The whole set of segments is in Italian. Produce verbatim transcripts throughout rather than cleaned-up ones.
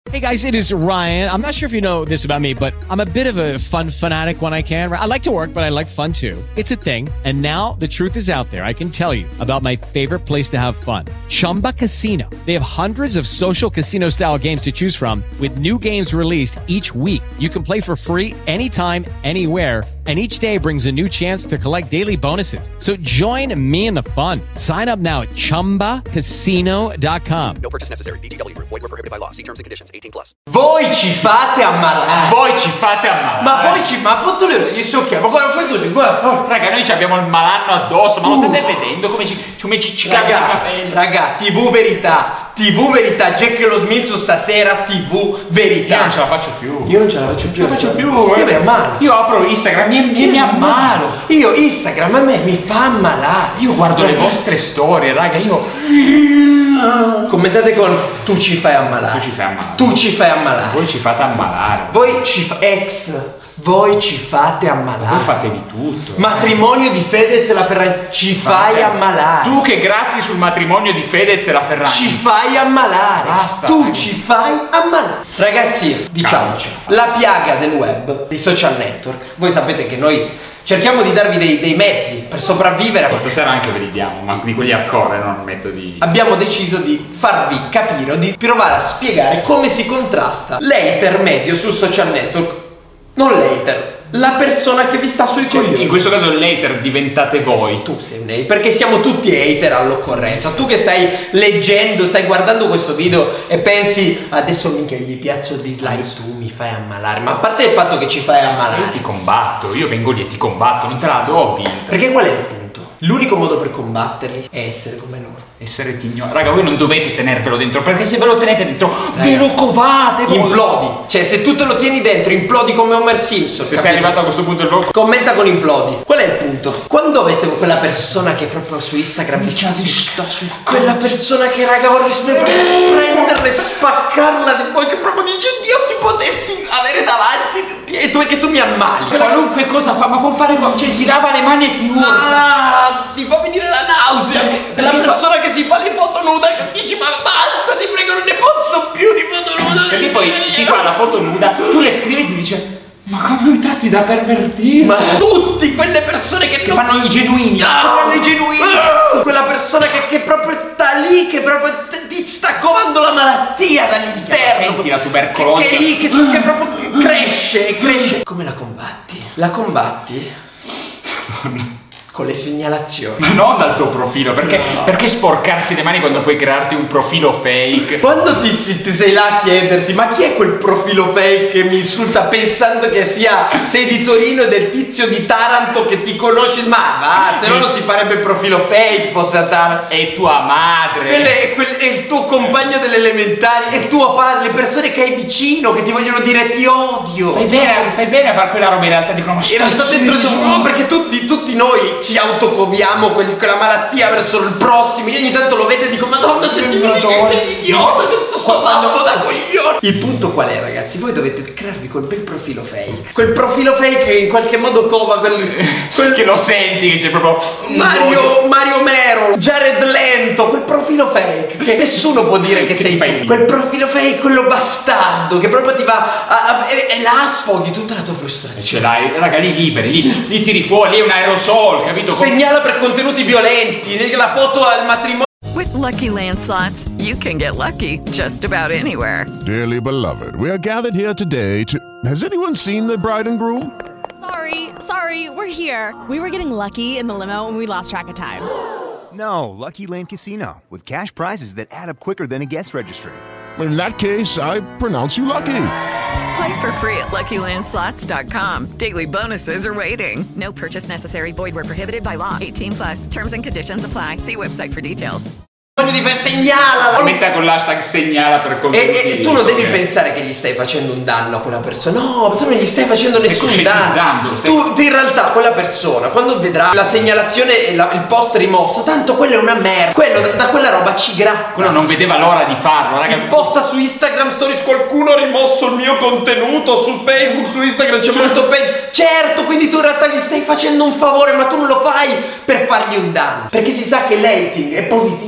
Hey guys, it is Ryan. I'm not sure if you know this about me, but I'm a bit of a fun fanatic when I can. I like to work, but I like fun too. It's a thing. And now the truth is out there. I can tell you about my favorite place to have fun. Chumba Casino. They have hundreds of social casino style games to choose from with new games released each week. You can play for free anytime, anywhere. And each day brings a new chance to collect daily bonuses. So join me in the fun. Sign up now at chumba casino dot com. No purchase necessary. V G W. Void where prohibited by law. See terms and conditions. eighteen plus. Voi ci fate ammalare. Voi ci fate ammalare. Ma voi ci... Ma fatto le gli sto chiamando. Ma guarda, fai così, guarda. Oh, raga, noi ci abbiamo il malanno addosso. Ma lo state uh. vedendo come ci, come ci, ci raga, i capelli? Raga, tivù verità. tivù verità. Jack e lo Smilzo stasera. tivù verità. Io non ce la faccio più. Io non ce la faccio più. Non la faccio più. Io mi ammalo. Io apro Instagram e mi, mi ammalo. Io Instagram a me mi fa ammalare. Io guardo raga. le vostre storie, raga. Io... Commentate con tu ci fai ammalare. Tu ci fai ammalare. Tu ci fai ammalare. Voi ci fate ammalare. Voi ci fa... ex. Voi ci fate ammalare. Voi fate di tutto. Matrimonio di Fedez e la Ferragni. Ci fai Vabbè. ammalare. Tu che gratti sul matrimonio di Fedez e la Ferragni. Ci fai ammalare. Basta. Tu ragazzi. ci fai ammalare. Ragazzi, diciamoci, la piaga del web, dei social network. Voi sapete che noi cerchiamo di darvi dei, dei mezzi per sopravvivere. Questa sera anche ve li diamo, ma di quelli hardcore, non metodi. Abbiamo deciso di farvi capire o di provare a spiegare come si contrasta l'hater medio sul social network. Non l'hater, la persona che vi sta sui cioè, coglioni. In questo caso l'hater diventate voi. Sì, tu sei un hater, perché siamo tutti hater all'occorrenza. Tu che stai leggendo, stai guardando questo video e pensi adesso minchia gli piazzo dislike, adesso. Tu mi fai ammalare. Ma a parte il fatto che ci fai ammalare, io ti combatto, io vengo lì e ti combatto, non te la do, ho vinto. Perché qual è il punto? L'unico modo per combatterli è essere come loro. Essere tigno. Raga, voi non dovete tenervelo dentro, perché se ve lo tenete dentro, raga, ve lo covate voi. Implodi. Cioè, se tu te lo tieni dentro, implodi come Homer Simpson. Se capito? sei arrivato a questo punto del vlog, commenta con implodi. Qual è il punto? Quando avete quella persona che proprio su Instagram vi sta vista su quella persona che raga vorreste prenderla e spaccarla di poi, che proprio dice Dio ti potessi avere davanti e tu, perché tu mi ammali. Qualunque cosa fa, ma può fare, cioè si lava le mani e ti urla. Ah, ti fa venire la nausea. Perché, la persona fa... che si fa le foto nuda che dici ma basta, ti prego, non ne posso più di foto nuda. Perché poi si fa la foto nuda, tu le scrivi e ti dice ma come mi tratti da pervertire? Ma tutti quelle persone che, che non... fanno i genuini. No, fanno i genuini. Uh, quella persona che, che proprio sta lì, che proprio ti sta covando la malattia dall'interno. Senti la tubercolosi. Che, che è lì, che, che proprio cresce, cresce. Come la combatti? La combatti? Con le segnalazioni. Ma non dal tuo profilo, perché, no. perché sporcarsi le mani quando puoi crearti un profilo fake? Quando ti, ti sei là a chiederti ma chi è quel profilo fake che mi insulta pensando che sia sei di Torino e del tizio di Taranto che ti conosce, ma va, se no non si farebbe il profilo fake fosse a Taranto. È tua madre. Quelle, quel, è il tuo compagno delle elementari, è tuo padre, le persone che hai vicino che ti vogliono dire ti odio. Fai bene, fai bene a fare quella roba, in realtà dicono ma in realtà dentro di no, perché tutti, tutti noi ci autocoviamo quel, quella malattia verso il prossimo. Io ogni tanto lo vedo e dico madonna se ti sei idiota, sto baffo da coglione. Il punto qual è, ragazzi? Voi dovete crearvi quel bel profilo fake. Quel profilo fake che in qualche modo cova quel, quel... che lo senti che c'è proprio Mario, Mario Mero, Jared Lento, quel profilo fake che nessuno può dire che, che sei tu. Quel profilo fake, quello bastardo che proprio ti va a, a, e, e là sfoghi tutta la tua frustrazione. E ce l'hai, raga, lì liberi, lì, lì tiri fuori, lì è un aerosol, capito? Segnala per contenuti violenti, la foto al matrimonio. With Lucky Land Slots, you can get lucky just about anywhere. Dearly beloved, we are gathered here today to... Has anyone seen the bride and groom? Sorry, sorry, we're here. We were getting lucky in the limo and we lost track of time. No, Lucky Land Casino, with cash prizes that add up quicker than a guest registry. In that case, I pronounce you lucky. Play for free at lucky land slots dot com. Daily bonuses are waiting. No purchase necessary. Void where prohibited by law. eighteen plus. Terms and conditions apply. See website for details. Di segnala, metta con l'hashtag segnala per contenuti. E, e tu non devi pensare che gli stai facendo un danno a quella persona. No, tu non gli stai facendo stai nessun danno. Stai... Tu in realtà quella persona quando vedrà la segnalazione e la, il post rimosso, tanto quello è una merda. Quello da, da quella roba ci gratta. Quello non vedeva l'ora di farlo, raga. Il posta su Instagram Stories, qualcuno ha rimosso il mio contenuto su Facebook, su Instagram c'è molto peggio. Certo, quindi tu in realtà gli stai facendo un favore, ma tu non lo fai per fargli un danno, perché si sa che l'hating è positivo. Sì,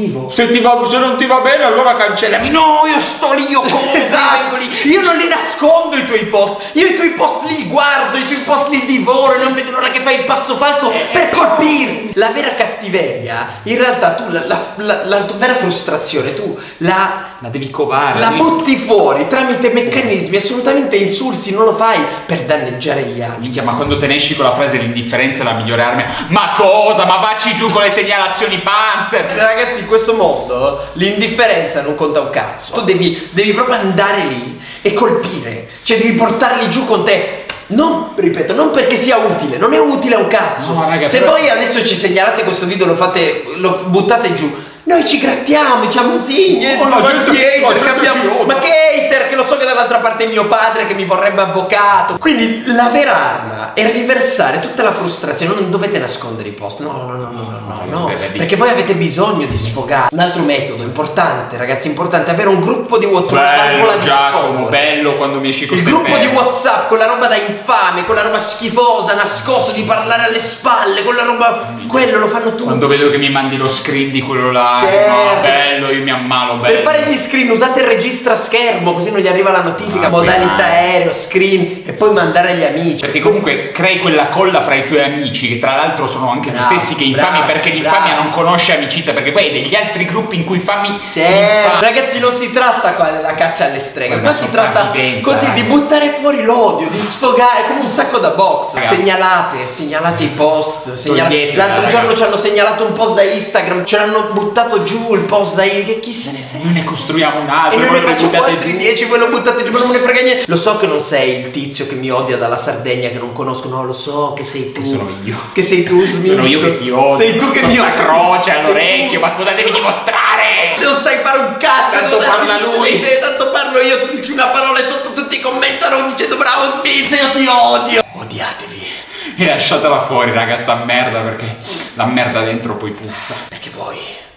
se, ti va, se non ti va bene allora cancellami. No, io sto lì, io compro, esatto. Io non li nascondo i tuoi post, io i tuoi post li guardo, i tuoi post li divoro e non vedo l'ora che fai il passo falso eh, per colpirti. La vera cattiveria, in realtà tu la, la, la, la tua vera frustrazione tu la la devi covare, la devi... butti fuori tramite meccanismi assolutamente insulsi, non lo fai per danneggiare gli altri. Minchia, ma quando te ne esci con la frase l'indifferenza è la migliore arma, ma cosa? Ma vacci giù con le segnalazioni Panzer. Ragazzi, in questo mondo l'indifferenza non conta un cazzo. Tu devi, devi proprio andare lì e colpire, cioè devi portarli giù con te. Non, ripeto, non perché sia utile, non è utile a un cazzo. No, raga, se però... voi adesso ci segnalate questo video, lo fate, lo buttate giù, noi ci grattiamo, diciamo sì, niente, oh, la gente, hater, la gente abbiamo... ma che hater, che lo so che dall'altra parte è mio padre che mi vorrebbe avvocato. Quindi la vera arma è riversare tutta la frustrazione, non dovete nascondere i post, no, no, no, no, no, no, no, perché voi avete bisogno di sfogare. Un altro metodo importante, ragazzi, importante, avere un gruppo di WhatsApp, una valvola di sfogo. Bello quando mi esci con il gruppo di WhatsApp con la roba da infame, con la roba schifosa, nascosto, di parlare alle spalle, con la roba, quello lo fanno tutti. Quando vedo che mi mandi lo screen di quello là, certo. No, bello, io mi ammalo, bello. Per fare gli screen usate il registra schermo, così non gli arriva la notifica, ah, modalità aereo, screen, e poi mandare agli amici. Perché comunque crei quella colla fra i tuoi amici, che tra l'altro sono anche bravo, gli stessi che infami, bravo, perché l'infamia non conosce amicizia, perché poi hai degli altri gruppi in cui infami. Certo. Ragazzi, non si tratta qua della caccia alle streghe, ma si tratta così raga. di buttare fuori l'odio, di sfogare come un sacco da box. Raga. Segnalate, segnalate i post. Segnalate. L'altro giorno raga. ci hanno segnalato un post da Instagram, ce l'hanno buttato giù il post da che chi se ne frega. Noi ne costruiamo un altro e noi ne facciamo altri dieci, voi lo buttate giù, ma non me ne frega niente. Lo so che non sei il tizio che mi odia dalla Sardegna, che non conosco, no, lo so che sei tu. Che sono io. Che sei tu, Smith. Sono io che ti odio. Sei tu che mi odia. Questa croce all'orecchio, ma cosa devi dimostrare? Non sai fare un cazzo. Tanto parla lui. Te, tanto parlo io, tu dici una parola e sotto tutti commentano dicendo bravo Smith, io ti odio. Odiatevi. E lasciatela fuori, raga, sta merda, perché la merda dentro poi puzza. Perché voi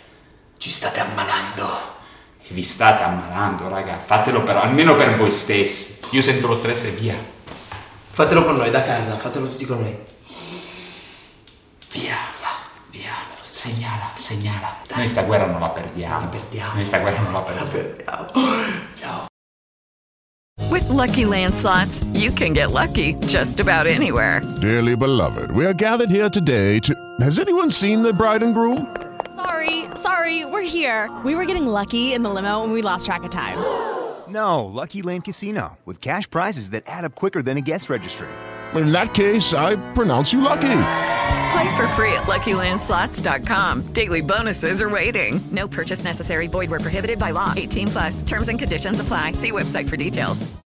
ci state ammalando. E vi state ammalando, raga. Fatelo però, almeno per voi stessi. Io sento lo stress e via. Fatelo con noi da casa, fatelo tutti con noi. Via, via, via. Segnala, segnala. Dai. Noi sta guerra non la perdiamo. La perdiamo. Noi sta guerra non la perdiamo. La perdiamo. Ciao. With Lucky Land Slots, you can get lucky just about anywhere. Dearly beloved, we are gathered here today to... Has anyone seen the bride and groom? Sorry, sorry, we're here. We were getting lucky in the limo and we lost track of time. No, Lucky Land Casino, with cash prizes that add up quicker than a guest registry. In that case, I pronounce you lucky. Play for free at lucky land slots dot com. Daily bonuses are waiting. No purchase necessary. Void where prohibited by law. eighteen plus. Terms and conditions apply. See website for details.